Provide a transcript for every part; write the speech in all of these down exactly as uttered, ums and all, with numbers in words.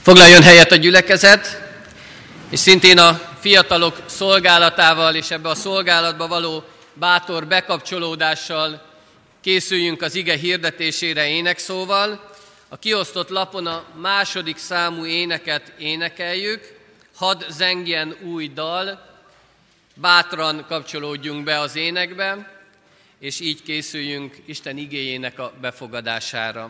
Foglaljon helyet a gyülekezet, és szintén a fiatalok szolgálatával és ebbe a szolgálatba való bátor bekapcsolódással készüljünk az ige hirdetésére énekszóval. A kiosztott lapon a második számú éneket énekeljük. Hadd zengjen új dal, bátran kapcsolódjunk be az énekbe, és így készüljünk Isten igéjének a befogadására.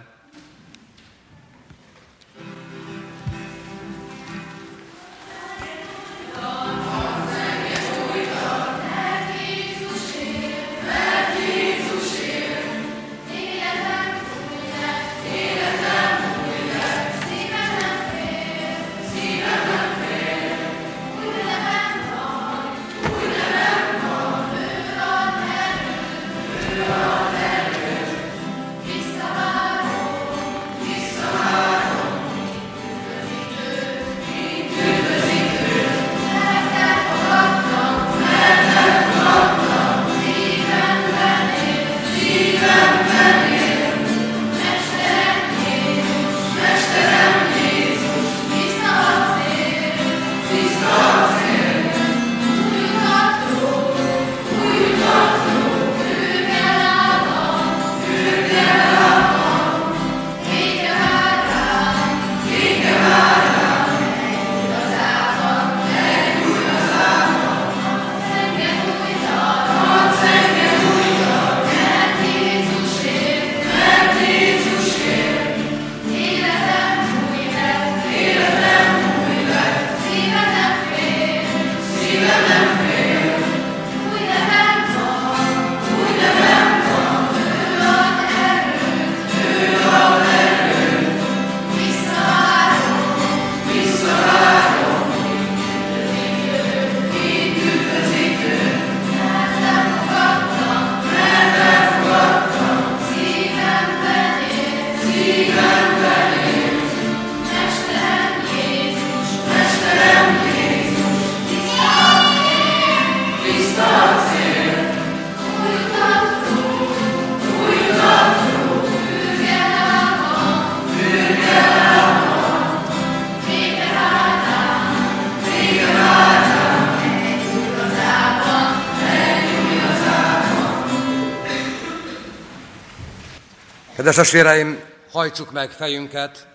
Kedves testvéreim, hajtsuk meg fejünket,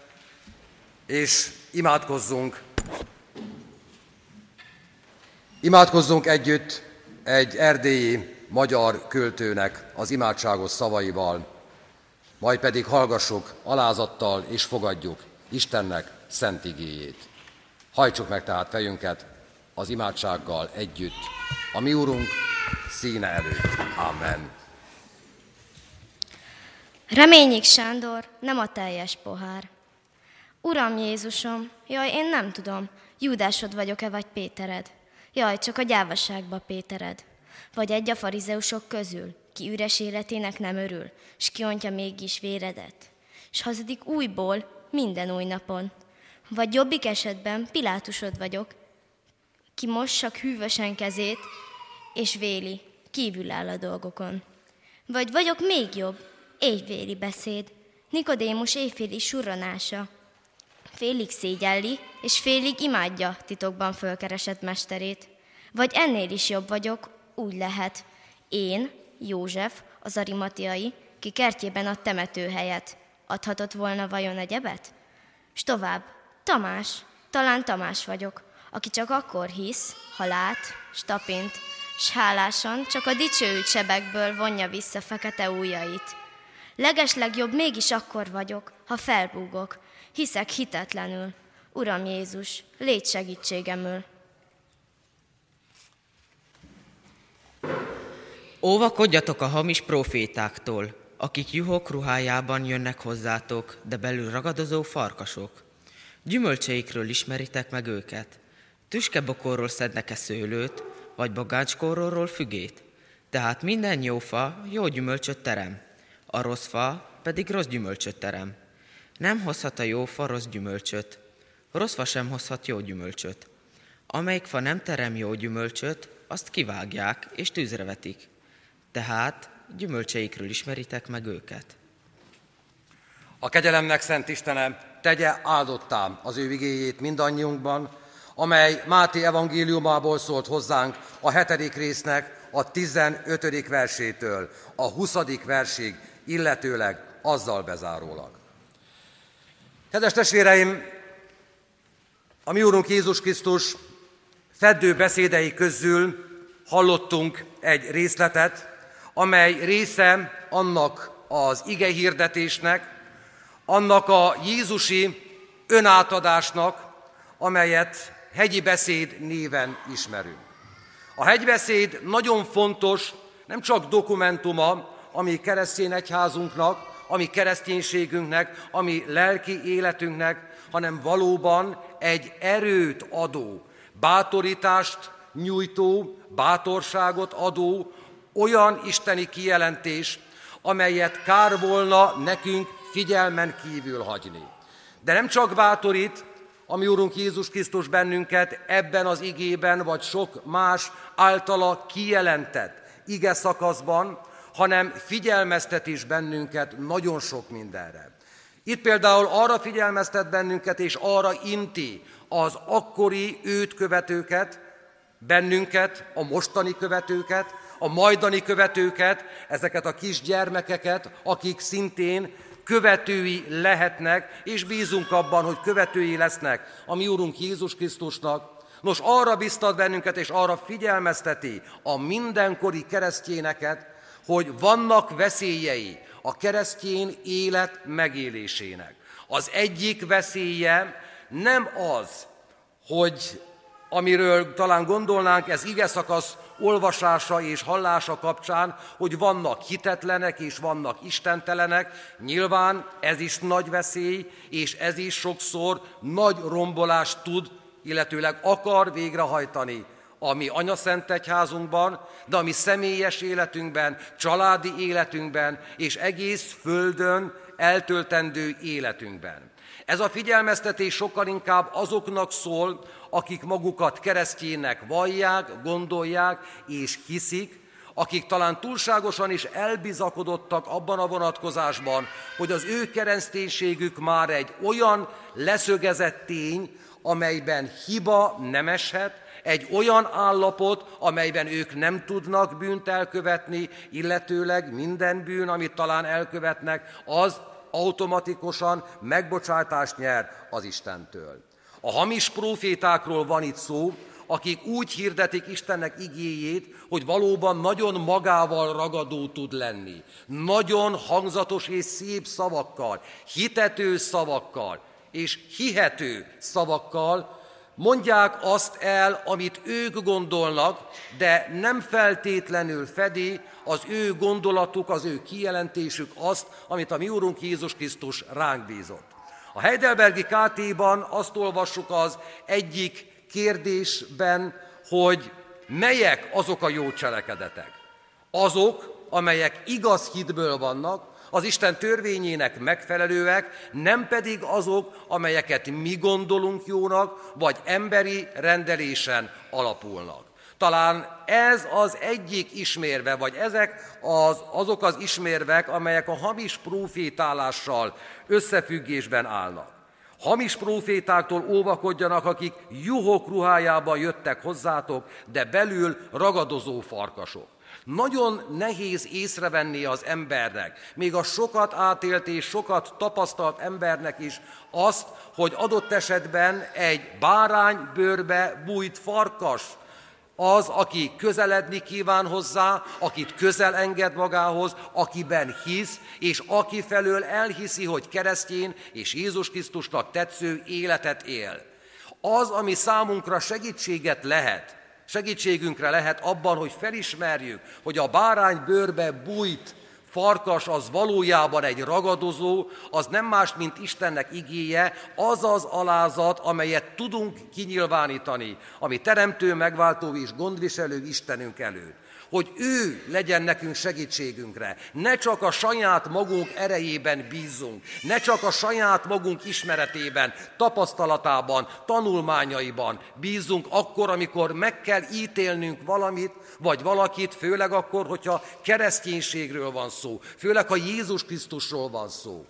és imádkozzunk. Imádkozzunk együtt egy erdélyi magyar költőnek az imádságos szavaival, majd pedig hallgassuk alázattal és fogadjuk Istennek szent igéjét. Hajtsuk meg tehát fejünket az imádsággal együtt, a mi Úrunk színe előtt. Amen. Reményik Sándor, nem a teljes pohár. Uram Jézusom, jaj, én nem tudom, Júdásod vagyok-e vagy Pétered? Jaj, csak a gyávaságba Pétered. Vagy egy a farizeusok közül, ki üres életének nem örül, s kiontja mégis véredet. S hazudik újból, minden új napon. Vagy jobbik esetben Pilátusod vagyok, ki mossak hűvösen kezét, és véli, kívül áll a dolgokon. Vagy vagyok még jobb, éjvéli beszéd, Nikodémus éjféli surranása. Félig szégyelli, és félig imádja titokban fölkeresett mesterét. Vagy ennél is jobb vagyok, úgy lehet. Én, József, az arimatiai, ki kertjében a temetőhelyet, adhatott volna vajon egyebet? S tovább, Tamás, talán Tamás vagyok, aki csak akkor hisz, ha lát, s tapint, s hálásan csak a dicsőült sebekből vonja vissza fekete ujjait. Legeslegjobb mégis akkor vagyok, ha felbúgok, hiszek hitetlenül. Uram Jézus, légy segítségemül. Óvakodjatok a hamis profétáktól, akik juhok ruhájában jönnek hozzátok, de belül ragadozó farkasok. Gyümölcseikről ismeritek meg őket. Tüskebokorról szednek-e szőlőt, vagy bagácskórról fügét? Tehát minden jó fa jó gyümölcsöt terem, a rossz fa pedig rossz gyümölcsöt terem. Nem hozhat a jó fa rossz gyümölcsöt, rossz fa sem hozhat jó gyümölcsöt. Amelyik fa nem terem jó gyümölcsöt, azt kivágják és tűzre vetik. Tehát gyümölcseikről ismeritek meg őket. A kegyelemnek szent Istene, tegye áldottá az ő igéjét mindannyiunkban, amely Máté evangéliumából szólt hozzánk a hetedik résznek a tizenötödik versétől a huszadik versig, illetőleg azzal bezárólag. Kedves testvéreim, a mi Úrunk Jézus Krisztus feddő beszédei közül hallottunk egy részletet, amely része annak az igehirdetésnek, annak a jézusi önátadásnak, amelyet hegyi beszéd néven ismerünk. A hegybeszéd nagyon fontos, nem csak dokumentuma a mi keresztény egyházunknak, a mi kereszténységünknek, a mi lelki életünknek, hanem valóban egy erőt adó, bátorítást nyújtó, bátorságot adó olyan isteni kijelentés, amelyet kár volna nekünk figyelmen kívül hagyni. De nem csak bátorít a mi Úrunk Jézus Krisztus bennünket ebben az igében, vagy sok más általa kijelentett ige szakaszban, hanem figyelmeztet is bennünket nagyon sok mindenre. Itt például arra figyelmeztet bennünket, és arra inti az akkori őt követőket, bennünket, a mostani követőket, a majdani követőket, ezeket a kis gyermekeket, akik szintén követői lehetnek, és bízunk abban, hogy követői lesznek a mi Úrunk Jézus Krisztusnak. Nos, arra biztat bennünket, és arra figyelmezteti a mindenkori keresztényeket, hogy vannak veszélyei a keresztény élet megélésének. Az egyik veszélye nem az, hogy amiről talán gondolnánk ez igeszakasz olvasása és hallása kapcsán, hogy vannak hitetlenek és vannak istentelenek, nyilván ez is nagy veszély, és ez is sokszor nagy rombolást tud, illetőleg akar végrehajtani a mi anyaszent egyházunkban, de a mi személyes életünkben, családi életünkben és egész földön eltöltendő életünkben. Ez a figyelmeztetés sokkal inkább azoknak szól, akik magukat keresztjénnek vallják, gondolják és hiszik, akik talán túlságosan is elbizakodottak abban a vonatkozásban, hogy az ő kereszténységük már egy olyan leszögezett tény, amelyben hiba nem eshet, egy olyan állapot, amelyben ők nem tudnak bűnt elkövetni, illetőleg minden bűn, amit talán elkövetnek, az automatikusan megbocsátást nyer az Istentől. A hamis prófétákról van itt szó, akik úgy hirdetik Istennek igéjét, hogy valóban nagyon magával ragadó tud lenni. Nagyon hangzatos és szép szavakkal, hitető szavakkal és hihető szavakkal mondják azt el, amit ők gondolnak, de nem feltétlenül fedi az ő gondolatuk, az ő kijelentésük azt, amit a mi Úrunk Jézus Krisztus ránk bízott. A Heidelbergi ká té-ban azt olvassuk az egyik kérdésben, hogy melyek azok a jó cselekedetek. Azok, amelyek igaz hitből vannak, az Isten törvényének megfelelőek, nem pedig azok, amelyeket mi gondolunk jónak, vagy emberi rendelésen alapulnak. Talán ez az egyik ismérve, vagy ezek az, azok az ismérvek, amelyek a hamis prófétálással összefüggésben állnak. Hamis prófétáktól óvakodjanak, akik juhok ruhájában jöttek hozzátok, de belül ragadozó farkasok. Nagyon nehéz észrevenni az embernek, még a sokat átélt és sokat tapasztalt embernek is azt, hogy adott esetben egy báránybőrbe bújt farkas az, aki közeledni kíván hozzá, akit közel enged magához, akiben hisz, és aki felől elhiszi, hogy keresztény és Jézus Krisztusnak tetsző életet él. Az, ami számunkra segítséget lehet, segítségünkre lehet abban, hogy felismerjük, hogy a bárány bőrbe bújt farkas az valójában egy ragadozó, az nem más, mint Istennek igéje, az az alázat, amelyet tudunk kinyilvánítani, ami teremtő, megváltó és gondviselő Istenünk előtt. Hogy ő legyen nekünk segítségünkre. Ne csak a saját magunk erejében bízzunk, ne csak a saját magunk ismeretében, tapasztalatában, tanulmányaiban bízzunk akkor, amikor meg kell ítélnünk valamit, vagy valakit, főleg akkor, hogyha kereszténységről van szó, főleg ha Jézus Krisztusról van szó.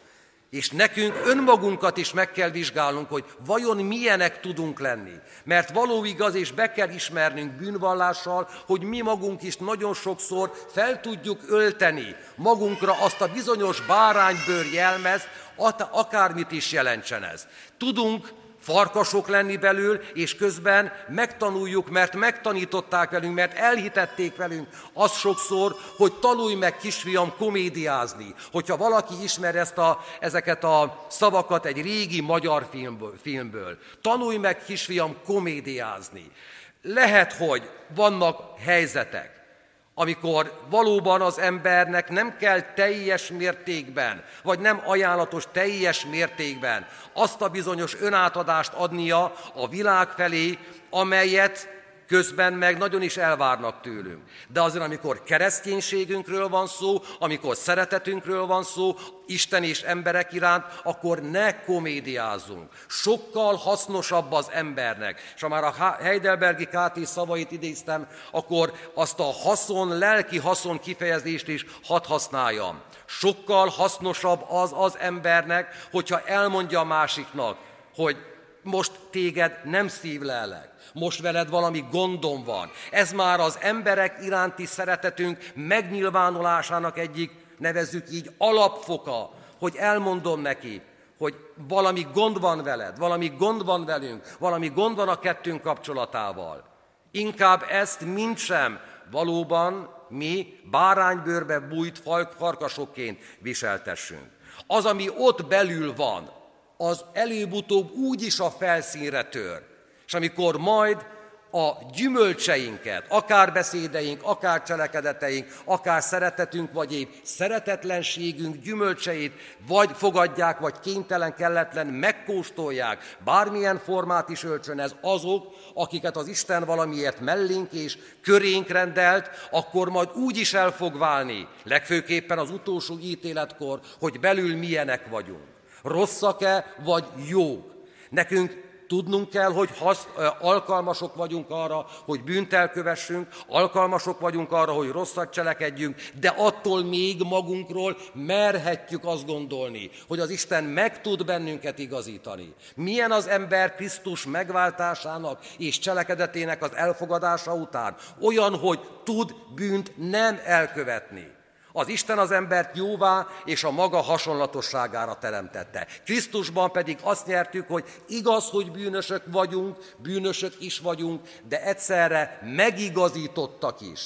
És nekünk önmagunkat is meg kell vizsgálnunk, hogy vajon milyenek tudunk lenni. Mert való igaz, és be kell ismernünk bűnvallással, hogy mi magunk is nagyon sokszor fel tudjuk ölteni magunkra azt a bizonyos báránybőr jelmezt, akármit is jelentsen ez. Tudunk farkasok lenni belül, és közben megtanuljuk, mert megtanították velünk, mert elhitették velünk azt sokszor, hogy tanulj meg, kisfiam, komédiázni. Hogyha valaki ismer ezt a, ezeket a szavakat egy régi magyar filmből, filmből, tanulj meg, kisfiam, komédiázni. Lehet, hogy vannak helyzetek, amikor valóban az embernek nem kell teljes mértékben, vagy nem ajánlatos teljes mértékben azt a bizonyos önátadást adnia a világ felé, amelyet közben meg nagyon is elvárnak tőlünk. De azért, amikor kereszténységünkről van szó, amikor szeretetünkről van szó, Isten és emberek iránt, akkor ne komédiázzunk. Sokkal hasznosabb az embernek. És ha már a Heidelbergi ká té szavait idéztem, akkor azt a haszon, lelki haszon kifejezést is hadd használjam. Sokkal hasznosabb az az embernek, hogyha elmondja a másiknak, hogy most téged nem szívlellek. Most veled valami gondom van. Ez már az emberek iránti szeretetünk megnyilvánulásának egyik, nevezzük így, alapfoka, hogy elmondom neki, hogy valami gond van veled, valami gond van velünk, valami gond van a kettőnk kapcsolatával. Inkább ezt mindsem valóban mi báránybőrbe bújt farkasokként viseltessünk. Az, ami ott belül van, az előbb-utóbb úgyis a felszínre tör. És amikor majd a gyümölcseinket, akár beszédeink, akár cselekedeteink, akár szeretetünk, vagy épp szeretetlenségünk gyümölcseit vagy fogadják, vagy kénytelen, kelletlen megkóstolják, bármilyen formát is öltsön ez, azok, akiket az Isten valamiért mellénk és körénk rendelt, akkor majd úgy is el fog válni, legfőképpen az utolsó ítéletkor, hogy belül milyenek vagyunk. Rosszak-e, vagy jók? Nekünk tudnunk kell, hogy hasz, alkalmasok vagyunk arra, hogy bűnt elkövessünk, alkalmasok vagyunk arra, hogy rosszat cselekedjünk, de attól még magunkról merhetjük azt gondolni, hogy az Isten meg tud bennünket igazítani. Milyen az ember Krisztus megváltásának és cselekedetének az elfogadása után? Olyan, hogy tud bűnt nem elkövetni. Az Isten az embert jóvá és a maga hasonlatosságára teremtette. Krisztusban pedig azt nyertük, hogy igaz, hogy bűnösök vagyunk, bűnösök is vagyunk, de egyszerre megigazítottak is.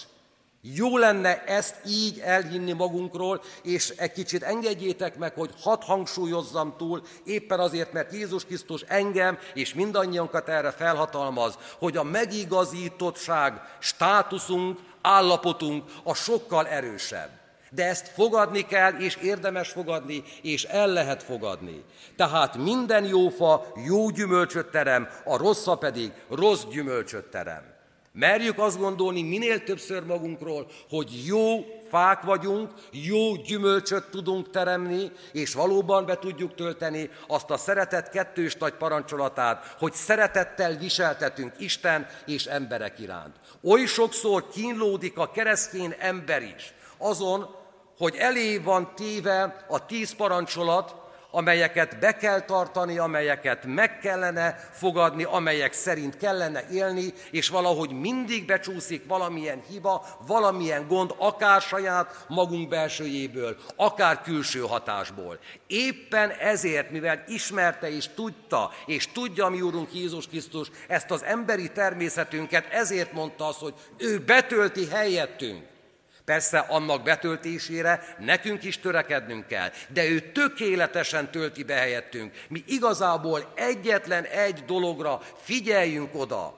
Jó lenne ezt így elhinni magunkról, és egy kicsit engedjétek meg, hogy hadd hangsúlyozzam túl, éppen azért, mert Jézus Krisztus engem és mindannyiunkat erre felhatalmaz, hogy a megigazítottság, státuszunk, állapotunk a sokkal erősebb. De ezt fogadni kell, és érdemes fogadni, és el lehet fogadni. Tehát minden jó fa jó gyümölcsöt terem, a rossz fa pedig rossz gyümölcsöt terem. Merjük azt gondolni minél többször magunkról, hogy jó fák vagyunk, jó gyümölcsöt tudunk teremni, és valóban be tudjuk tölteni azt a szeretet kettős nagy parancsolatát, hogy szeretettel viseltetünk Isten és emberek iránt. Oly sokszor kínlódik a keresztény ember is azon, hogy elé van téve a tíz parancsolat, amelyeket be kell tartani, amelyeket meg kellene fogadni, amelyek szerint kellene élni, és valahogy mindig becsúszik valamilyen hiba, valamilyen gond, akár saját magunk belsőjéből, akár külső hatásból. Éppen ezért, mivel ismerte és tudta, és tudja mi Úrunk Jézus Krisztus ezt az emberi természetünket, ezért mondta azt, hogy ő betölti helyettünk. Persze annak betöltésére nekünk is törekednünk kell, de ő tökéletesen tölti be helyettünk. Mi igazából egyetlen egy dologra figyeljünk oda.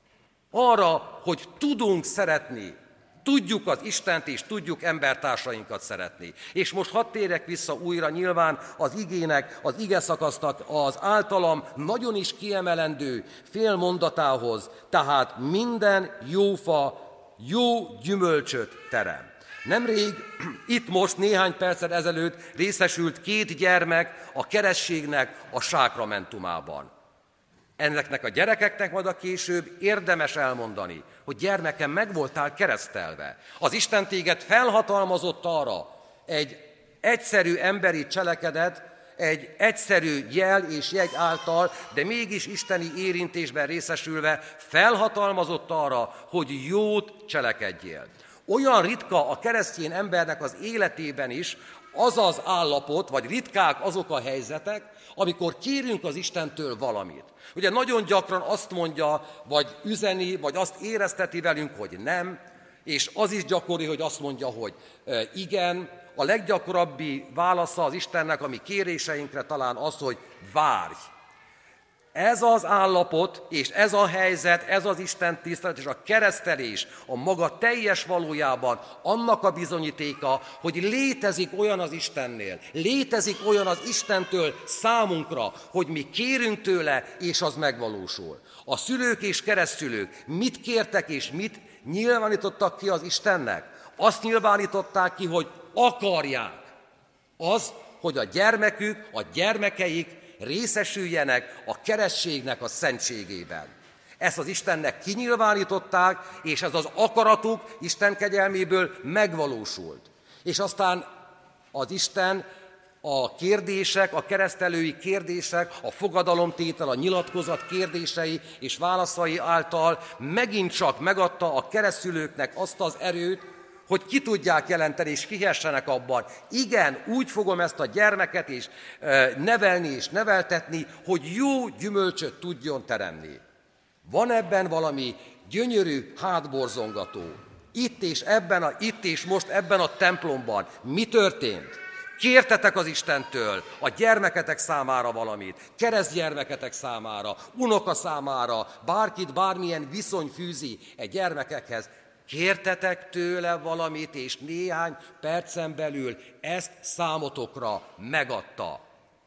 Arra, hogy tudunk szeretni, tudjuk az Istent és tudjuk embertársainkat szeretni. És most hadd térjek vissza újra nyilván az igének, az igeszakasznak az általam nagyon is kiemelendő fél mondatához, tehát minden jó fa jó gyümölcsöt terem. Nemrég, itt most néhány perccel ezelőtt részesült két gyermek a kerességnek a sákramentumában. Enneknek a gyerekeknek majd a később érdemes elmondani, hogy gyermekem, meg voltál keresztelve. Az Isten téged felhatalmazott arra, egy egyszerű emberi cselekedet, egy egyszerű jel és jegy által, de mégis isteni érintésben részesülve felhatalmazott arra, hogy jót cselekedjél. Olyan ritka a keresztény embernek az életében is az az állapot, vagy ritkák azok a helyzetek, amikor kérünk az Istentől valamit. Ugye nagyon gyakran azt mondja, vagy üzeni, vagy azt érezteti velünk, hogy nem, és az is gyakori, hogy azt mondja, hogy igen. A leggyakorabbi válasza az Istennek a mi kéréseinkre talán az, hogy várj. Ez az állapot, és ez a helyzet, ez az Isten tisztelet és a keresztelés a maga teljes valójában annak a bizonyítéka, hogy létezik olyan az Istennél, létezik olyan az Istentől számunkra, hogy mi kérünk tőle, és az megvalósul. A szülők és keresztszülők mit kértek és mit nyilvánítottak ki az Istennek? Azt nyilvánították ki, hogy akarják. Az, hogy a gyermekük, a gyermekeik részesüljenek a keresztségnek a szentségében. Ezt az Istennek kinyilvánították, és ez az akaratuk Isten kegyelméből megvalósult. És aztán az Isten a kérdések, a keresztelői kérdések, a fogadalomtétel, a nyilatkozat kérdései és válaszai által megint csak megadta a keresztülőknek azt az erőt, hogy ki tudják jelenteni, és hihessenek abban. Igen, úgy fogom ezt a gyermeket is nevelni és neveltetni, hogy jó gyümölcsöt tudjon teremni. Van ebben valami gyönyörű, hátborzongató. Itt és ebben, a, itt és most ebben a templomban mi történt? Kértetek az Istentől a gyermeketek számára valamit, keresztgyermeketek számára, unoka számára, bárkit, bármilyen viszony fűzi egy gyermekekhez. Kértetek tőle valamit, és néhány percen belül ezt számotokra megadta.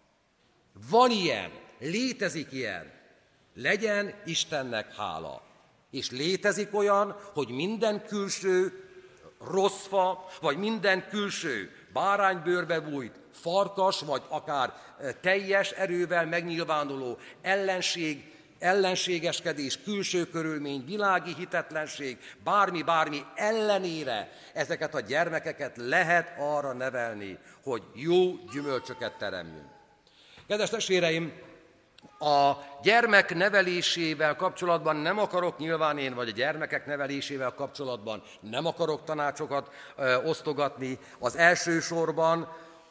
Van ilyen, létezik ilyen. Legyen Istennek hála. És létezik olyan, hogy minden külső rossz fa, vagy minden külső báránybőrbe bújt farkas, vagy akár teljes erővel megnyilvánuló ellenség, ellenségeskedés, külső körülmény, világi hitetlenség, bármi-bármi ellenére ezeket a gyermekeket lehet arra nevelni, hogy jó gyümölcsöket teremjünk. Kedves testvéreim, a gyermek nevelésével kapcsolatban nem akarok nyilván én, vagy a gyermekek nevelésével kapcsolatban nem akarok tanácsokat ö, osztogatni. Az elsősorban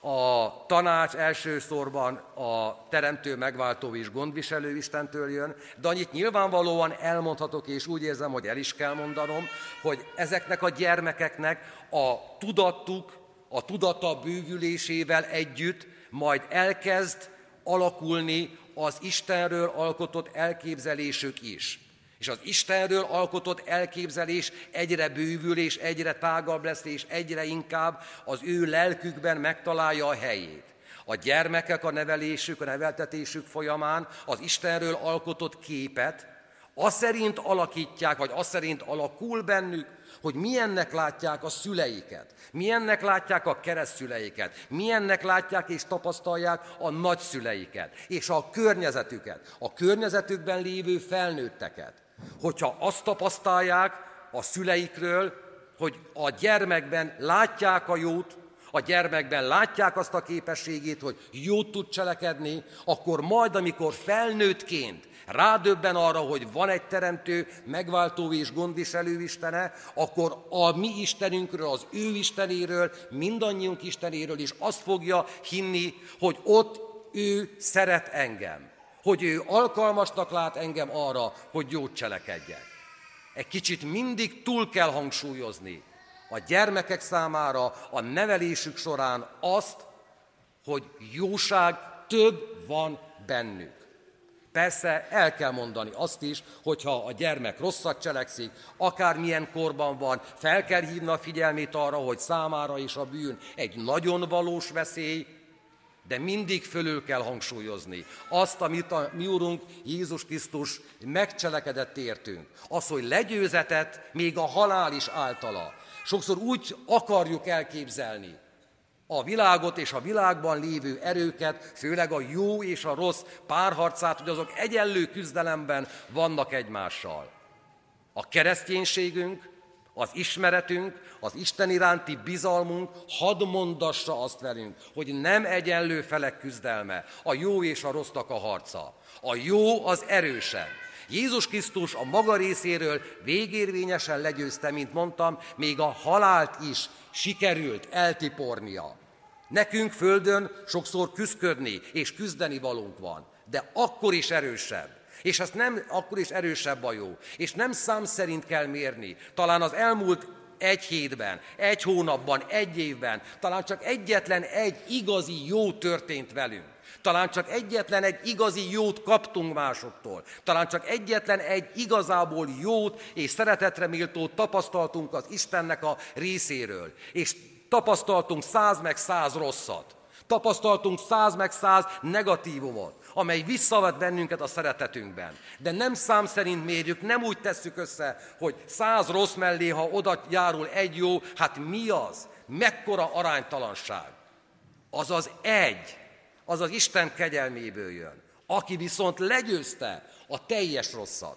a tanács elsősorban a teremtő, megváltó és gondviselő Istentől jön, de annyit nyilvánvalóan elmondhatok, és úgy érzem, hogy el is kell mondanom, hogy ezeknek a gyermekeknek a tudatuk, a tudata bővülésével együtt majd elkezd alakulni az Istenről alkotott elképzelésük is. És az Istenről alkotott elképzelés egyre bővül, és egyre tágabb lesz, és egyre inkább az ő lelkükben megtalálja a helyét. A gyermekek a nevelésük, a neveltetésük folyamán az Istenről alkotott képet az szerint alakítják, vagy az szerint alakul bennük, hogy milyennek látják a szüleiket, milyennek látják a keresztszüleiket, milyennek látják és tapasztalják a nagyszüleiket, és a környezetüket, a környezetükben lévő felnőtteket. Hogyha azt tapasztalják a szüleikről, hogy a gyermekben látják a jót, a gyermekben látják azt a képességét, hogy jót tud cselekedni, akkor majd, amikor felnőttként rádöbben arra, hogy van egy teremtő, megváltó és gondviselő Istene, akkor a mi Istenünkről, az ő Istenéről, mindannyiunk Istenéről is azt fogja hinni, hogy ott ő szeret engem, hogy ő alkalmasnak lát engem arra, hogy jót cselekedjek. Egy kicsit mindig túl kell hangsúlyozni a gyermekek számára a nevelésük során azt, hogy jóság több van bennük. Persze el kell mondani azt is, hogyha a gyermek rosszat cselekszik, akármilyen korban van, fel kell hívni a figyelmét arra, hogy számára is a bűn egy nagyon valós veszély, de mindig fölül kell hangsúlyozni azt, amit a mi Urunk Jézus Krisztus megcselekedett értünk. Az, hogy legyőzetett még a halál is általa. Sokszor úgy akarjuk elképzelni a világot és a világban lévő erőket, főleg a jó és a rossz párharcát, hogy azok egyenlő küzdelemben vannak egymással. A kereszténységünk, Az ismeretünk, az Isten iránti bizalmunk hadd mondassa azt velünk, hogy nem egyenlő felek küzdelme, a jó és a rossznak a harca. A jó az erősebb. Jézus Krisztus a maga részéről végérvényesen legyőzte, mint mondtam, még a halált is sikerült eltipornia. Nekünk földön sokszor küszködni és küzdeni valónk van, de akkor is erősebb. És ez nem, akkor is erősebb a jó. És nem szám szerint kell mérni. Talán az elmúlt egy hétben, egy hónapban, egy évben, talán csak egyetlen egy igazi jó történt velünk. Talán csak egyetlen egy igazi jót kaptunk másoktól. Talán csak egyetlen egy igazából jót és szeretetre méltót tapasztaltunk az Istennek a részéről. És tapasztaltunk száz meg száz rosszat. Tapasztaltunk száz meg száz negatívumot, amely visszavet bennünket a szeretetünkben. De nem szám szerint mérjük, nem úgy tesszük össze, hogy száz rossz mellé, ha oda járul egy jó, hát mi az? Mekkora aránytalanság? Az az egy, az az Isten kegyelméből jön, aki viszont legyőzte a teljes rosszat.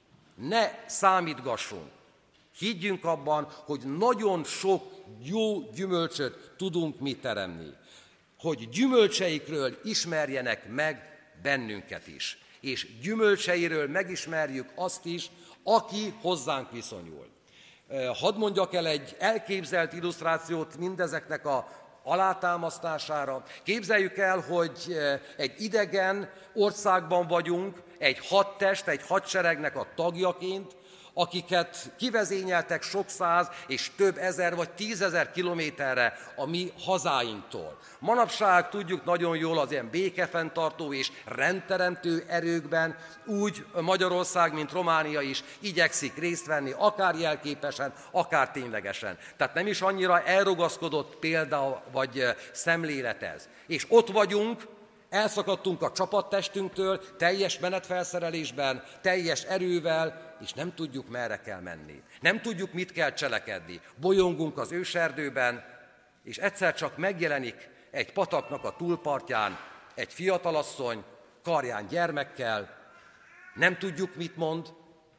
Ne számítgassunk. Higgyünk abban, hogy nagyon sok jó gyümölcsöt tudunk mi teremni. Hogy gyümölcseikről ismerjenek meg bennünket is. És gyümölcseiről megismerjük azt is, aki hozzánk viszonyul. Hadd mondjak el egy elképzelt illusztrációt mindezeknek a alátámasztására. Képzeljük el, hogy egy idegen országban vagyunk, egy hadtest, egy hadseregnek a tagjaként, akiket kivezényeltek sok száz és több ezer vagy tízezer kilométerre a mi hazáinktól. Manapság tudjuk nagyon jól az ilyen békefenntartó és rendteremtő erőkben, úgy Magyarország, mint Románia is igyekszik részt venni, akár jelképesen, akár ténylegesen. Tehát nem is annyira elrugaszkodott példa vagy szemlélet ez. És ott vagyunk, elszakadtunk a csapattestünktől, teljes menetfelszerelésben, teljes erővel, és nem tudjuk, merre kell menni. Nem tudjuk, mit kell cselekedni. Bolyongunk az őserdőben, és egyszer csak megjelenik egy pataknak a túlpartján egy fiatalasszony, karján gyermekkel, nem tudjuk, mit mond,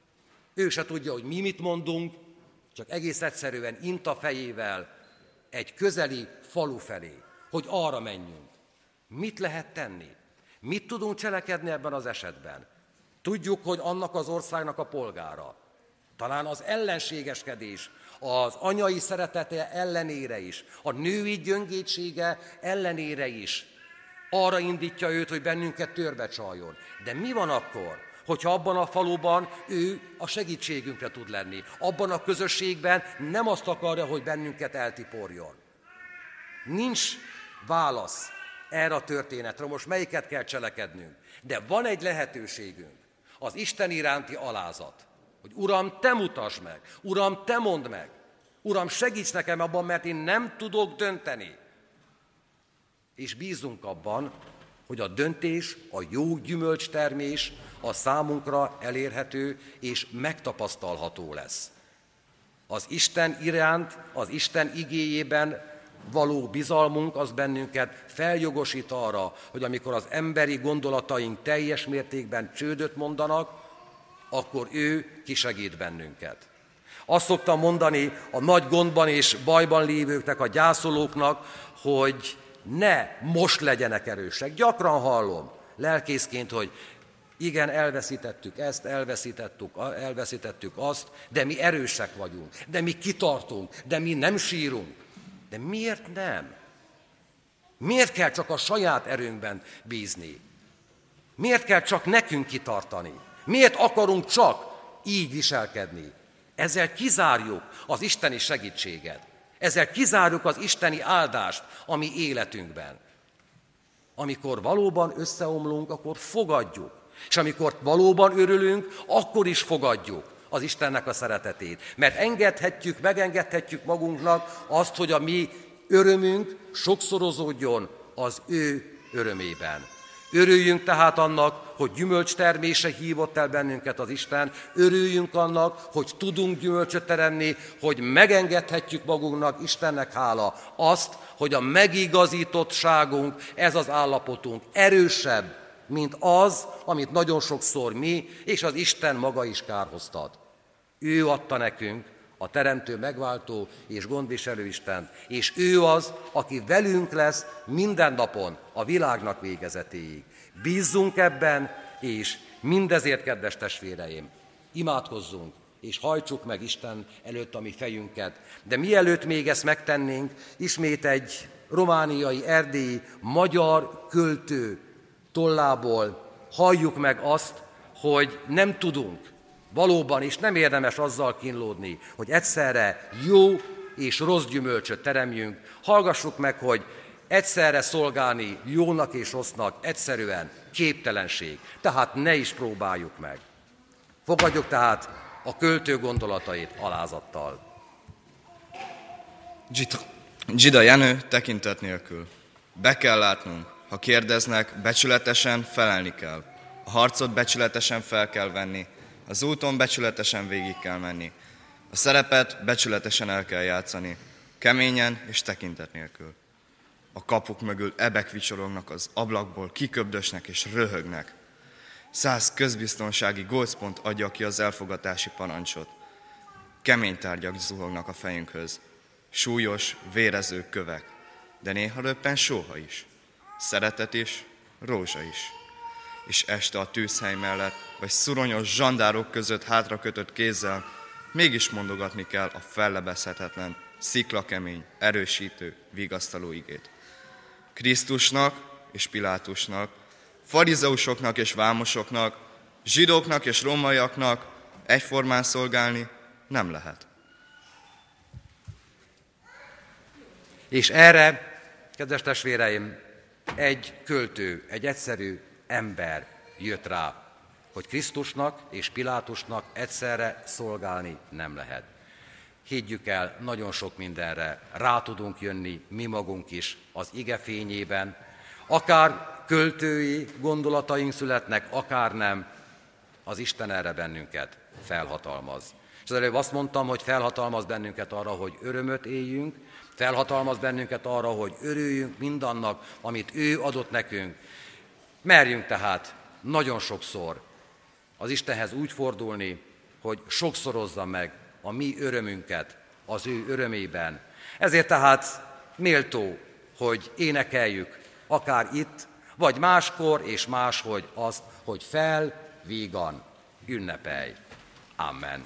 ő se tudja, hogy mi mit mondunk, csak egész egyszerűen int a fejével egy közeli falu felé, hogy arra menjünk. Mit lehet tenni? Mit tudunk cselekedni ebben az esetben? Tudjuk, hogy annak az országnak a polgára. Talán az ellenségeskedés, az anyai szeretete ellenére is, a női gyöngétsége ellenére is arra indítja őt, hogy bennünket törbe csaljon. De mi van akkor, hogyha abban a faluban ő a segítségünkre tud lenni? Abban a közösségben nem azt akarja, hogy bennünket eltiporjon. Nincs válasz erre a történetre, most melyiket kell cselekednünk. De van egy lehetőségünk, az Isten iránti alázat, hogy Uram, Te mutasd meg, Uram, Te mondd meg, Uram, segíts nekem abban, mert én nem tudok dönteni. És bízunk abban, hogy a döntés, a jó gyümölcstermés a számunkra elérhető és megtapasztalható lesz. Az Isten iránt, az Isten igéjében való bizalmunk az bennünket feljogosít arra, hogy amikor az emberi gondolataink teljes mértékben csődöt mondanak, akkor ő kisegít bennünket. Azt szoktam mondani a nagy gondban és bajban lévőknek, a gyászolóknak, hogy ne most legyenek erősek. Gyakran hallom lelkészként, hogy igen, elveszítettük ezt, elveszítettük, elveszítettük azt, de mi erősek vagyunk, de mi kitartunk, de mi nem sírunk. De miért nem? Miért kell csak a saját erőnkben bízni? Miért kell csak nekünk kitartani? Miért akarunk csak így viselkedni? Ezzel kizárjuk az isteni segítséget. Ezzel kizárjuk az isteni áldást a mi életünkben. Amikor valóban összeomlunk, akkor fogadjuk. És amikor valóban örülünk, akkor is fogadjuk az Istennek a szeretetét. Mert engedhetjük, megengedhetjük magunknak azt, hogy a mi örömünk sokszorozódjon az ő örömében. Örüljünk tehát annak, hogy gyümölcstermésre hívott el bennünket az Isten, örüljünk annak, hogy tudunk gyümölcsöt teremni, hogy megengedhetjük magunknak, Istennek hála, azt, hogy a megigazítottságunk, ez az állapotunk erősebb, mint az, amit nagyon sokszor mi és az Isten maga is kárhoztat. Ő adta nekünk a Teremtő, Megváltó és gondviselő Istent, és ő az, aki velünk lesz minden napon a világnak végezetéig. Bízzunk ebben, és mindezért, kedves testvéreim, imádkozzunk, és hajtsuk meg Isten előtt a mi fejünket. De mielőtt még ezt megtennénk, ismét egy romániai, erdélyi, magyar költő tollából halljuk meg azt, hogy nem tudunk valóban, és nem érdemes azzal kínlódni, hogy egyszerre jó és rossz gyümölcsöt teremjünk. Hallgassuk meg, hogy egyszerre szolgálni jónak és rossznak egyszerűen képtelenség. Tehát ne is próbáljuk meg. Fogadjuk tehát a költő gondolatait alázattal. Zsida Jenő tekintet nélkül. Be kell látnunk, ha kérdeznek, becsületesen felelni kell. A harcot becsületesen fel kell venni, az úton becsületesen végig kell menni. A szerepet becsületesen el kell játszani, keményen és tekintet nélkül. A kapuk mögül ebek vicsorognak az ablakból, kiköbdösnek és röhögnek. Száz közbiztonsági gócpont adja ki az elfogadási parancsot. Kemény tárgyak zuhognak a fejünkhöz. Súlyos, vérező kövek, de néha röppen sóha is. Szeretet is, rózsa is. És este a tűzhely mellett, vagy szuronyos zsandárok között hátrakötött kézzel mégis mondogatni kell a fellebezhetetlen, sziklakemény, erősítő, vigasztaló igét. Krisztusnak és Pilátusnak, farizeusoknak és vámosoknak, zsidóknak és rómaiaknak egyformán szolgálni nem lehet. És erre, kedves testvéreim, egy költő, egy egyszerű ember jött rá, hogy Krisztusnak és Pilátusnak egyszerre szolgálni nem lehet. Higgyük el, nagyon sok mindenre rá tudunk jönni mi magunk is az ige fényében. Akár költői gondolataink születnek, akár nem, az Isten erre bennünket felhatalmaz. És az előbb azt mondtam, hogy felhatalmaz bennünket arra, hogy örömöt éljünk, felhatalmaz bennünket arra, hogy örüljünk mindannak, amit ő adott nekünk. Merjünk tehát nagyon sokszor az Istenhez úgy fordulni, hogy sokszorozza meg a mi örömünket az ő örömében. Ezért tehát méltó, hogy énekeljük akár itt, vagy máskor és máshogy azt, hogy fel, vígan, ünnepelj. Amen.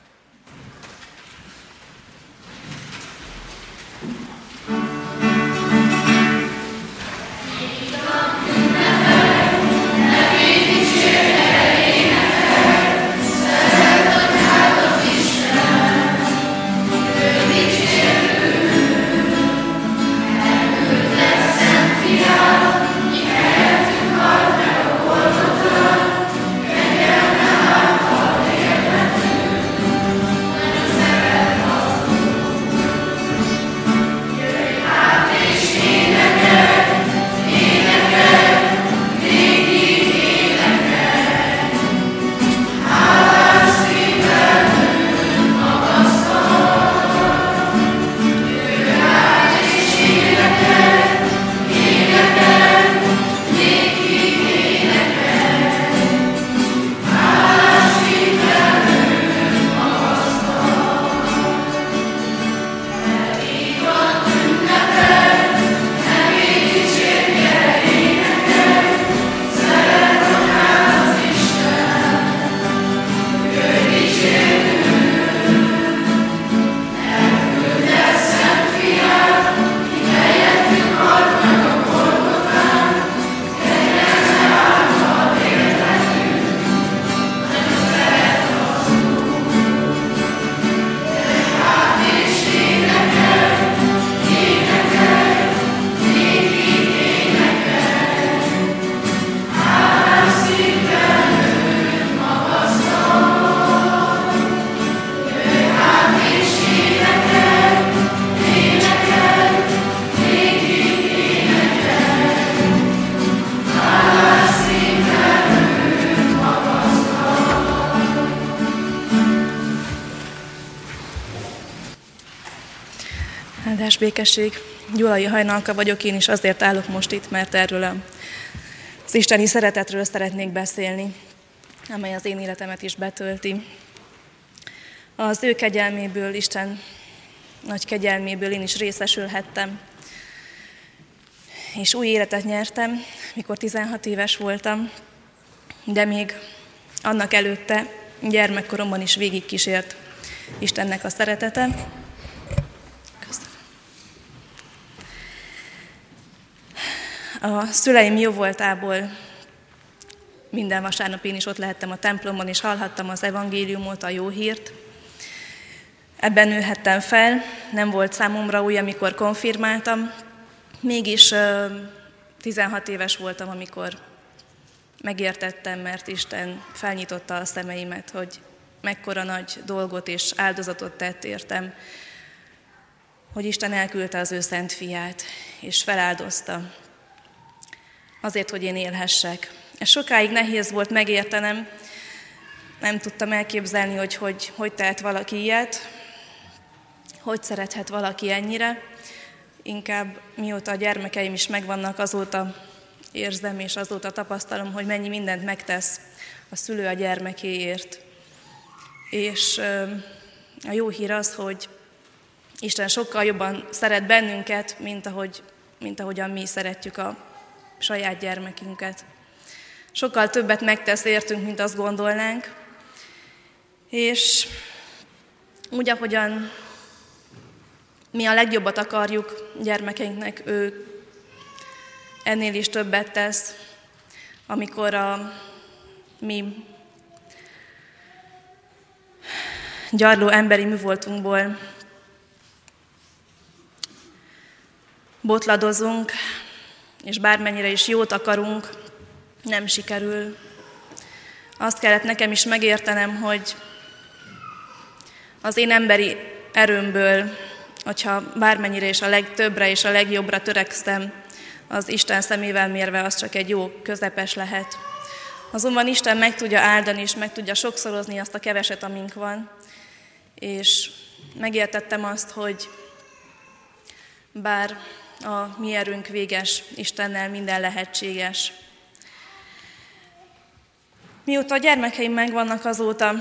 Áldás békesség, Gyulai Hajnalka vagyok, én is azért állok most itt, mert erről az isteni szeretetről szeretnék beszélni, amely az én életemet is betölti. Az ő kegyelméből, Isten nagy kegyelméből én is részesülhettem, és új életet nyertem, mikor tizenhat éves voltam, de még annak előtte, gyermekkoromban is végigkísért Istennek a szeretete. Köszönöm. A szüleim jó voltából minden vasárnap én is ott lehettem a templomban, és hallhattam az evangéliumot, a jó hírt. Ebben nőhettem fel, nem volt számomra új, amikor konfirmáltam. Mégis tizenhat éves voltam, amikor megértettem, mert Isten felnyitotta a szemeimet, hogy mekkora nagy dolgot és áldozatot tett értem, hogy Isten elküldte az ő szent fiát, és feláldozta azért, hogy én élhessek. Ez sokáig nehéz volt megértenem, nem tudtam elképzelni, hogy hogy, hogy tehet valaki ilyet, hogy szerethet valaki ennyire. Inkább mióta a gyermekeim is megvannak, azóta érzem és azóta tapasztalom, hogy mennyi mindent megtesz a szülő a gyermekéért. És a jó hír az, hogy Isten sokkal jobban szeret bennünket, mint, ahogy, mint ahogyan mi szeretjük a saját gyermekünket. Sokkal többet megtesz értünk, mint azt gondolnánk, és úgy, ahogyan mi a legjobbat akarjuk gyermekeinknek, ő ennél is többet tesz, amikor a mi gyarló emberi művoltunkból botladozunk, és bármennyire is jót akarunk, nem sikerül. Azt kellett nekem is megértenem, hogy az én emberi erőmből, hogyha bármennyire is a legtöbbre és a legjobbra törekszem, az Isten szemével mérve az csak egy jó közepes lehet. Azonban Isten meg tudja áldani, és meg tudja sokszorozni azt a keveset, amink van. És megértettem azt, hogy bár a mi erőnk véges, Istennel minden lehetséges. Mióta a gyermekeim megvannak, azóta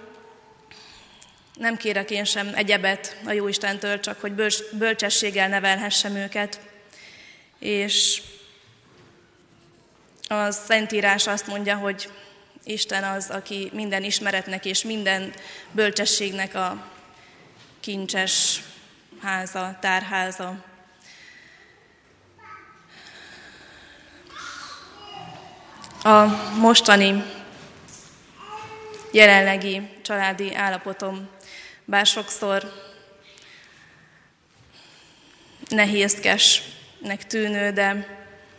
nem kérek én sem egyebet a Jóistentől, csak hogy bölcsességgel nevelhessem őket. És a Szentírás azt mondja, hogy Isten az, aki minden ismeretnek és minden bölcsességnek a kincses háza, tárháza. A mostani jelenlegi családi állapotom, bár sokszor nehézkesnek tűnő, de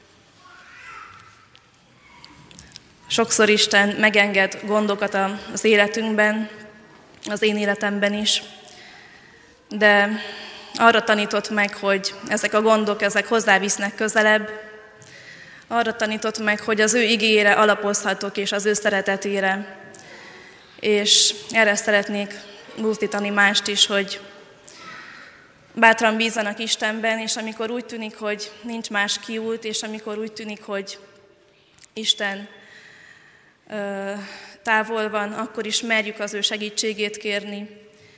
sokszor Isten megenged gondokat az életünkben, az én életemben is, de arra tanított meg, hogy ezek a gondok, ezek hozzávisznek közelebb, arra tanított meg, hogy az ő igéjére alapozhatok, és az ő szeretetére. És erre szeretnék buzdítani mást is, hogy bátran bízzanak Istenben, és amikor úgy tűnik, hogy nincs más kiút, és amikor úgy tűnik, hogy Isten ö, távol van, akkor is merjük az ő segítségét kérni.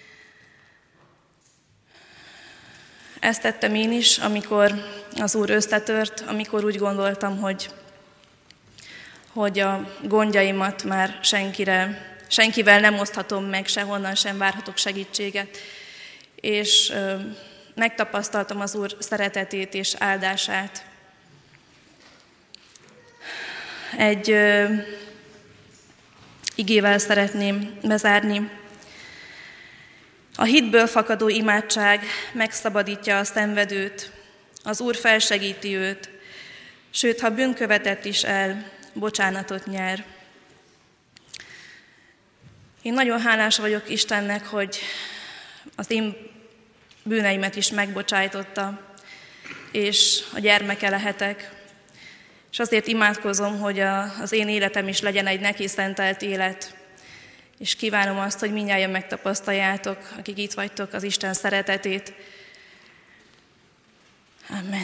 Ezt tettem én is, amikor az Úr összetört, amikor úgy gondoltam, hogy, hogy a gondjaimat már senkire, senkivel nem oszthatom meg, sehonnan sem várhatok segítséget. És ö, megtapasztaltam az Úr szeretetét és áldását. Egy ö, igével szeretném bezárni. A hitből fakadó imádság megszabadítja a szenvedőt, az Úr felsegíti őt, sőt, ha bűnkövetett is el, bocsánatot nyer. Én nagyon hálás vagyok Istennek, hogy az én bűneimet is megbocsájtotta, és a gyermeke lehetek. És azért imádkozom, hogy a, az én életem is legyen egy neki szentelt élet, és kívánom azt, hogy mindnyájan megtapasztaljátok, akik itt vagytok, az Isten szeretetét. Amen.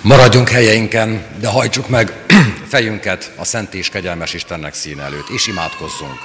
Maradjunk helyeinken, de hajtsuk meg fejünket a szent és kegyelmes Istennek színe előtt, és imádkozzunk.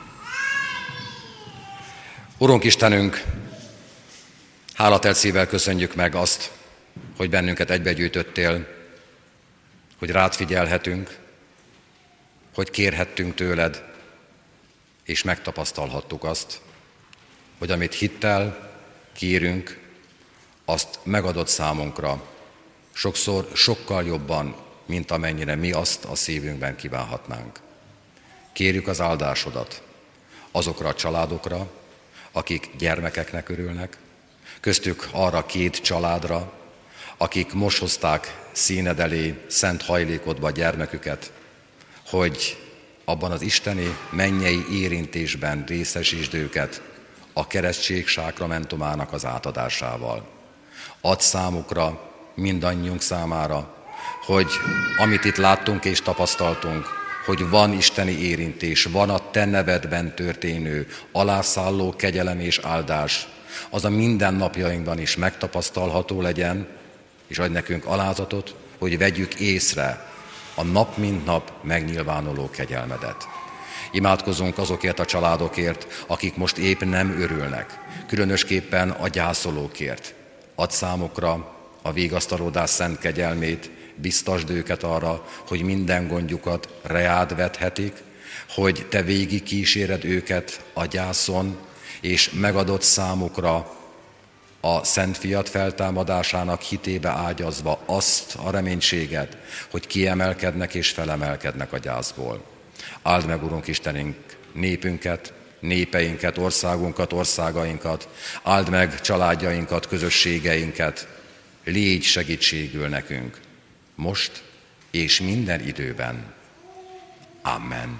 Urunk Istenünk, hálatelt szívvel köszönjük meg azt, hogy bennünket egybegyűjtöttél, hogy rád figyelhetünk, hogy kérhettünk tőled, és megtapasztalhattuk azt, hogy amit hittel kérünk, azt megadott számunkra, sokszor sokkal jobban, mint amennyire mi azt a szívünkben kívánhatnánk. Kérjük az áldásodat azokra a családokra, akik gyermekeknek örülnek, köztük arra két családra, akik most hozták színed elé szent hajlékodba gyermeküket, hogy abban az isteni mennyei érintésben részesítsd őket a keresztség sákramentumának az átadásával. Add számukra, mindannyiunk számára, hogy amit itt láttunk és tapasztaltunk, hogy van isteni érintés, van a te nevedben történő alászálló kegyelem és áldás, az a mindennapjainkban is megtapasztalható legyen, és adj nekünk alázatot, hogy vegyük észre a nap mint nap megnyilvánuló kegyelmedet. Imádkozunk azokért a családokért, akik most épp nem örülnek, különösképpen a gyászolókért. Add számukra a vigasztalódás szent kegyelmét, biztasd őket arra, hogy minden gondjukat reád vethetik, hogy te végig kíséred őket a gyászon, és megadott számukra a Szent Fiat feltámadásának hitébe ágyazva azt a reménységet, hogy kiemelkednek és felemelkednek a gyászból. Áld meg, Urunk Istenünk, népünket, népeinket, országunkat, országainkat, áld meg családjainkat, közösségeinket, légy segítségül nekünk, most és minden időben. Amen.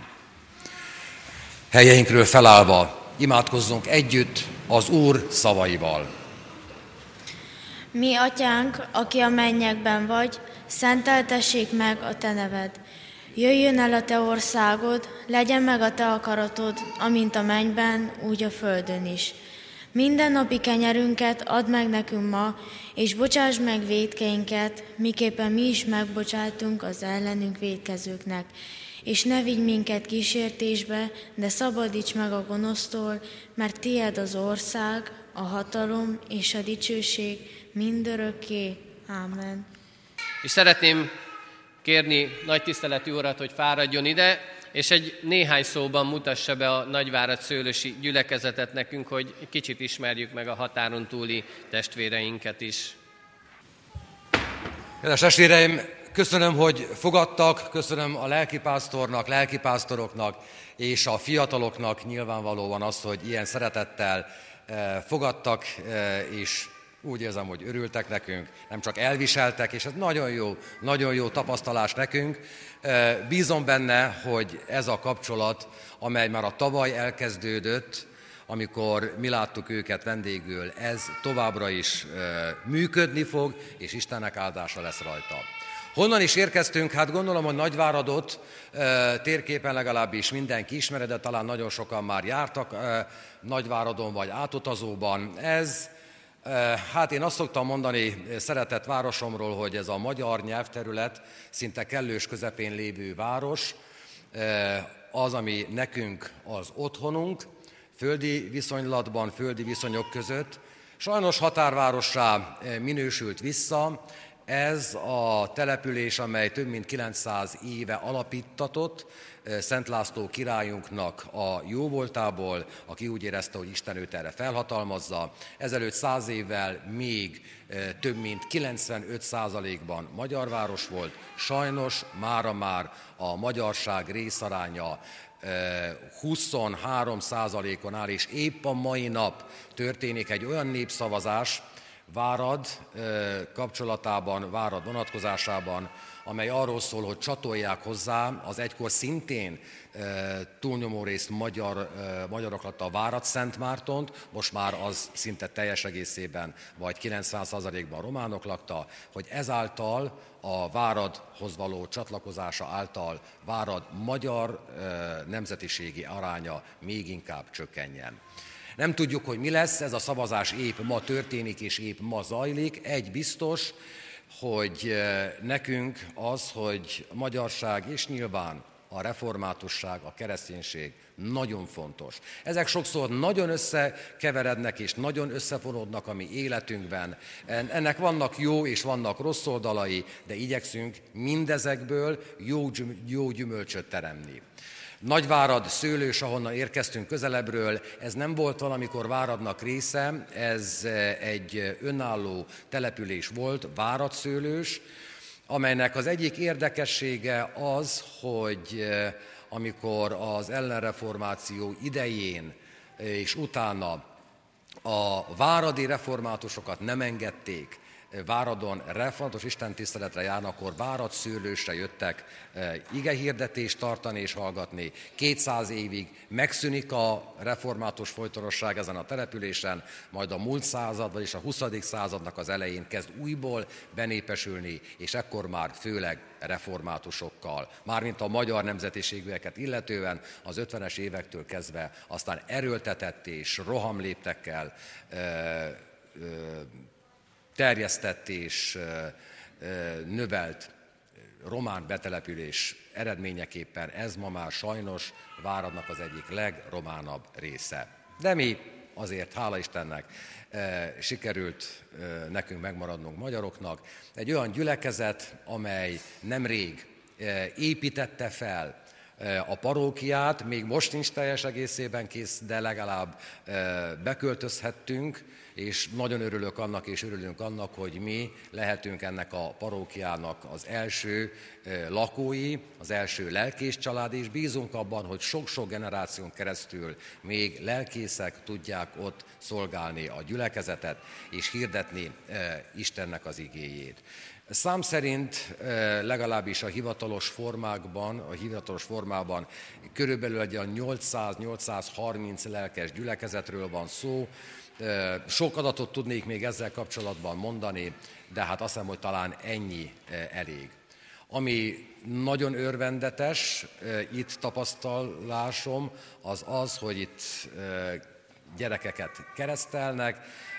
Helyeinkről felállva imádkozzunk együtt az Úr szavaival. Mi, Atyánk, aki a mennyekben vagy, szenteltessék meg a te neved. Jöjjön el a te országod, legyen meg a te akaratod, amint a mennyben, úgy a földön is. Minden napi kenyerünket add meg nekünk ma, és bocsásd meg vétkeinket, miképpen mi is megbocsátunk az ellenünk vétkezőknek. És ne vigy minket kísértésbe, de szabadíts meg a gonosztól, mert tied az ország, a hatalom és a dicsőség mindörökké. Amen. És szeretném kérni nagy tiszteletű urat, hogy fáradjon ide, és egy néhány szóban mutassa be a Nagyvárad Szőlősi gyülekezetet nekünk, hogy kicsit ismerjük meg a határon túli testvéreinket is. Kedves testvéreim, köszönöm, hogy fogadtak, köszönöm a lelkipásztornak, lelkipásztoroknak és a fiataloknak nyilvánvalóan azt, hogy ilyen szeretettel fogadtak, és úgy érzem, hogy örültek nekünk, nem csak elviseltek, és ez nagyon jó, nagyon jó tapasztalás nekünk. Bízom benne, hogy ez a kapcsolat, amely már a tavaly elkezdődött, amikor mi láttuk őket vendégül, ez továbbra is működni fog, és Istennek áldása lesz rajta. Honnan is érkeztünk? Hát gondolom, hogy Nagyváradot térképen legalábbis mindenki ismeri, de talán nagyon sokan már jártak Nagyváradon vagy átutazóban. Ez, hát én azt szoktam mondani szeretett városomról, hogy ez a magyar nyelvterület szinte kellős közepén lévő város, az, ami nekünk az otthonunk, földi viszonylatban, földi viszonyok között. Sajnos határvárossá minősült vissza. Ez a település, amely több mint kilencszáz éve alapíttatott, Szent László királyunknak a jóvoltából, aki úgy érezte, hogy Isten őt erre felhatalmazza. Ezelőtt száz évvel még több mint kilencvenöt százalékban magyar város volt. Sajnos mára már a magyarság részaránya huszonhárom százalékon áll, és épp a mai nap történik egy olyan népszavazás Várad kapcsolatában, Várad vonatkozásában, amely arról szól, hogy csatolják hozzá az egykor szintén túlnyomó részt magyar, magyarok lakta a Várad-Szentmártont, most már az szinte teljes egészében, vagy kilencven százalékban románok lakta, hogy ezáltal a Váradhoz való csatlakozása által Várad magyar nemzetiségi aránya még inkább csökkenjen. Nem tudjuk, hogy mi lesz, ez a szavazás épp ma történik és épp ma zajlik. Egy biztos, hogy nekünk az, hogy a magyarság és nyilván a reformátusság, a kereszténység nagyon fontos. Ezek sokszor nagyon összekeverednek és nagyon összefonódnak a mi életünkben. Ennek vannak jó és vannak rossz oldalai, de igyekszünk mindezekből jó, jó gyümölcsöt teremni. Nagyvárad szőlős, ahonnan érkeztünk közelebbről, ez nem volt valamikor Váradnak része, ez egy önálló település volt, Várad szőlős, amelynek az egyik érdekessége az, hogy amikor az ellenreformáció idején és utána a váradi reformátusokat nem engedték Váradon református istentiszteletre járni, akkor Várad szőlősre jöttek igehirdetést tartani és hallgatni. kétszáz évig megszűnik a református folytonosság ezen a településen, majd a múlt század, vagyis a huszadik századnak az elején kezd újból benépesülni, és ekkor már főleg reformátusokkal, mármint a magyar nemzetiségűeket illetően az ötvenes évektől kezdve aztán erőltetett és rohamléptekkel ö, ö, terjesztett és növelt román betelepülés eredményeképpen ez ma már sajnos Váradnak az egyik legrománabb része. De mi azért, hála Istennek, sikerült nekünk megmaradnunk magyaroknak. Egy olyan gyülekezet, amely nemrég építette fel a parókiát, még most nincs teljes egészében kész, de legalább beköltözhettünk, és nagyon örülök annak, és örülünk annak, hogy mi lehetünk ennek a parókiának az első lakói, az első lelkész család, és bízunk abban, hogy sok-sok generáción keresztül még lelkészek tudják ott szolgálni a gyülekezetet, és hirdetni Istennek az igéjét. Szám szerint legalábbis a hivatalos formákban, a hivatalos formában körülbelül egy olyan nyolcszáz-nyolcszázharminc lelkes gyülekezetről van szó. Sok adatot tudnék még ezzel kapcsolatban mondani, de hát azt hiszem, hogy talán ennyi elég. Ami nagyon örvendetes itt tapasztalásom, az az, hogy itt gyerekeket keresztelnek.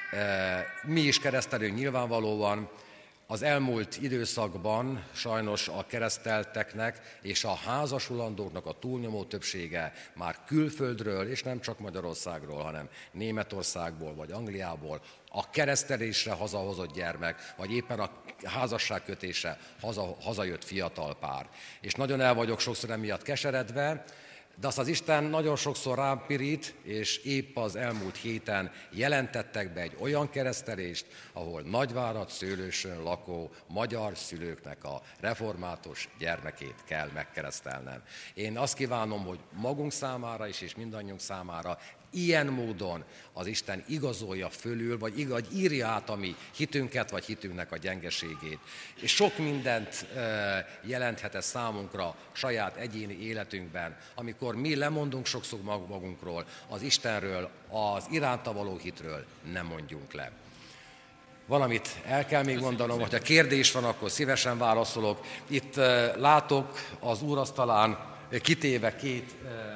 Mi is keresztelünk nyilvánvalóan. Az elmúlt időszakban sajnos a keresztelteknek és a házasulandóknak a túlnyomó többsége már külföldről, és nem csak Magyarországról, hanem Németországból vagy Angliából a keresztelésre hazahozott gyermek, vagy éppen a házasságkötésre haza, hazajött fiatal pár. És nagyon el vagyok sokszor emiatt keseredve, de azt az Isten nagyon sokszor rám pirít, és épp az elmúlt héten jelentettek be egy olyan keresztelést, ahol Nagyvárad szőlősön lakó magyar szülőknek a református gyermekét kell megkeresztelnem. Én azt kívánom, hogy magunk számára is, és mindannyiunk számára ilyen módon az Isten igazolja fölül, vagy igaz, írja át a mi hitünket, vagy hitünknek a gyengeségét. És sok mindent jelenthet ez számunkra saját egyéni életünkben, amikor mi lemondunk sokszor magunkról, az Istenről, az iránta való hitről nem mondjunk le. Valamit el kell még mondanom, hogyha kérdés van, akkor szívesen válaszolok. Itt látok az úrasztalán kitéve két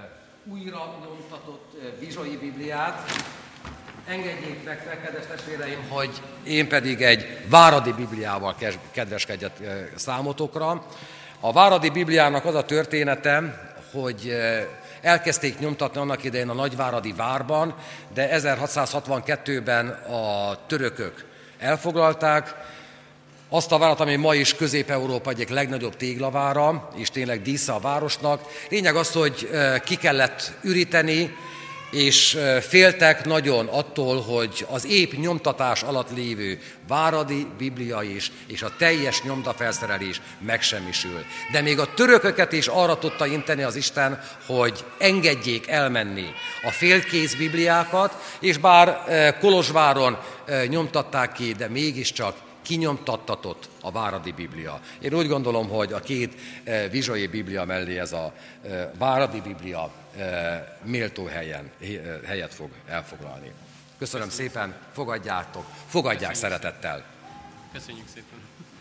újra nyomtatott Vizsai Bibliát. Engedjék meg, kedves testvéreim, hogy én pedig egy váradi Bibliával kedveskedjek számotokra. A váradi Bibliának az a története, hogy elkezdték nyomtatni annak idején a Nagyváradi várban, de ezerhatszázhatvankettőben a törökök elfoglalták azt a várat, ami ma is Közép-Európa egyik legnagyobb téglavára, és tényleg dísze a városnak. Lényeg az, hogy ki kellett üríteni, és féltek nagyon attól, hogy az épp nyomtatás alatt lévő váradi Biblia is, és a teljes nyomtafelszerelés megsemmisül. De még a törököket is arra tudta inteni az Isten, hogy engedjék elmenni a félkész Bibliákat, és bár Kolozsváron nyomtatták ki, de mégiscsak kinyomtattatott a váradi Biblia. Én úgy gondolom, hogy a két vizsai Biblia mellé ez a váradi Biblia méltó helyen, helyet fog elfoglalni. Köszönöm szépen, fogadjátok, fogadják Köszönjük szeretettel. Köszönjük szépen.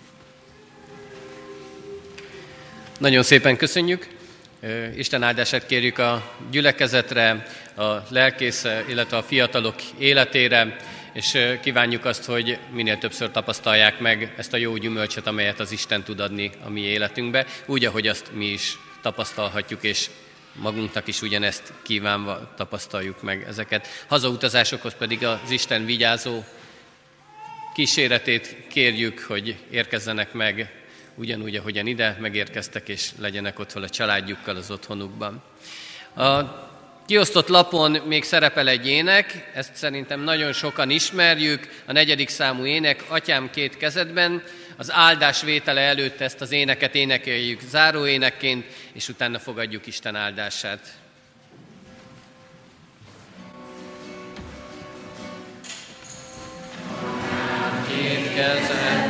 Nagyon szépen köszönjük. Isten áldását kérjük a gyülekezetre, a lelkész, illetve a fiatalok életére. és kívánjuk azt, hogy minél többször tapasztalják meg ezt a jó gyümölcsöt, amelyet az Isten tud adni a mi életünkbe, úgy, ahogy azt mi is tapasztalhatjuk, és magunknak is ugyanezt kívánva tapasztaljuk meg ezeket. Hazautazásokhoz pedig az Isten vigyázó kíséretét kérjük, hogy érkezzenek meg ugyanúgy, ahogyan ide megérkeztek, és legyenek ott a családjukkal az otthonukban. A kiosztott lapon még szerepel egy ének, ezt szerintem nagyon sokan ismerjük, a negyedik számú ének, Atyám két kezedben. Az áldás vétele előtt ezt az éneket énekeljük záróénekként, és utána fogadjuk Isten áldását. Két kezedben.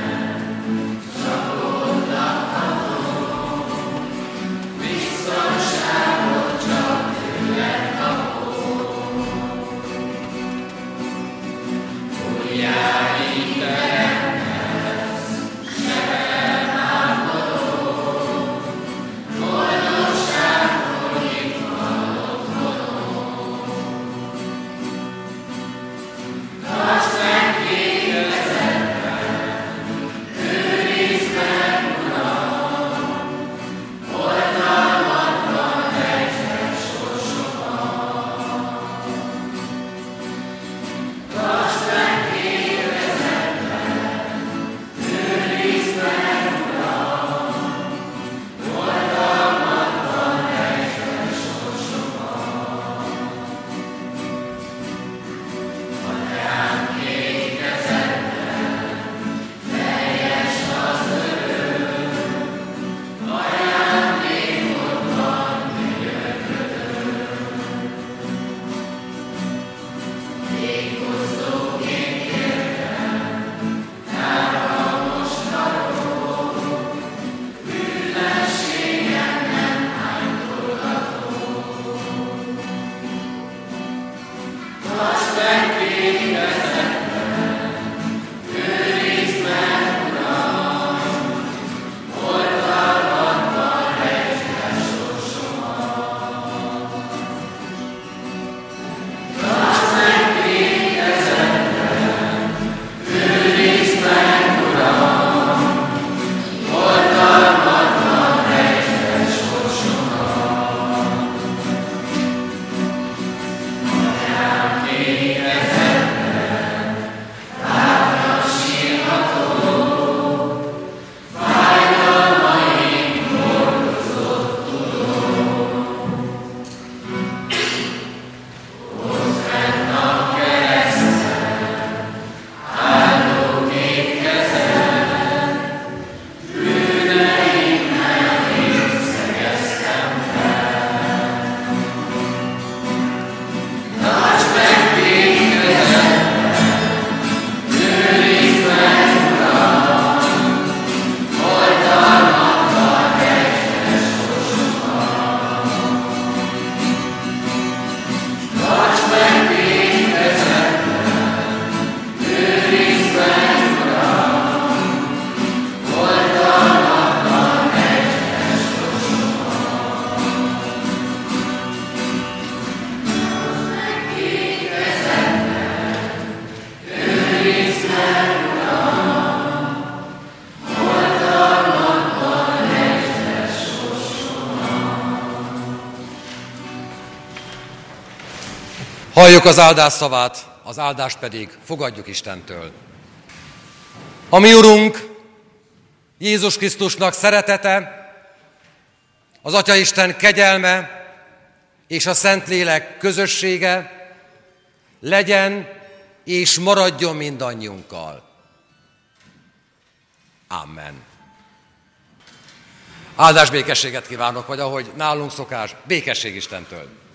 Halljuk az áldás szavát, az áldást pedig fogadjuk Istentől. A mi Urunk, Jézus Krisztusnak szeretete, az Atyaisten kegyelme és a Szentlélek közössége legyen és maradjon mindannyiunkkal. Amen. Áldás békességet kívánok, vagy ahogy nálunk szokás, békesség Istentől.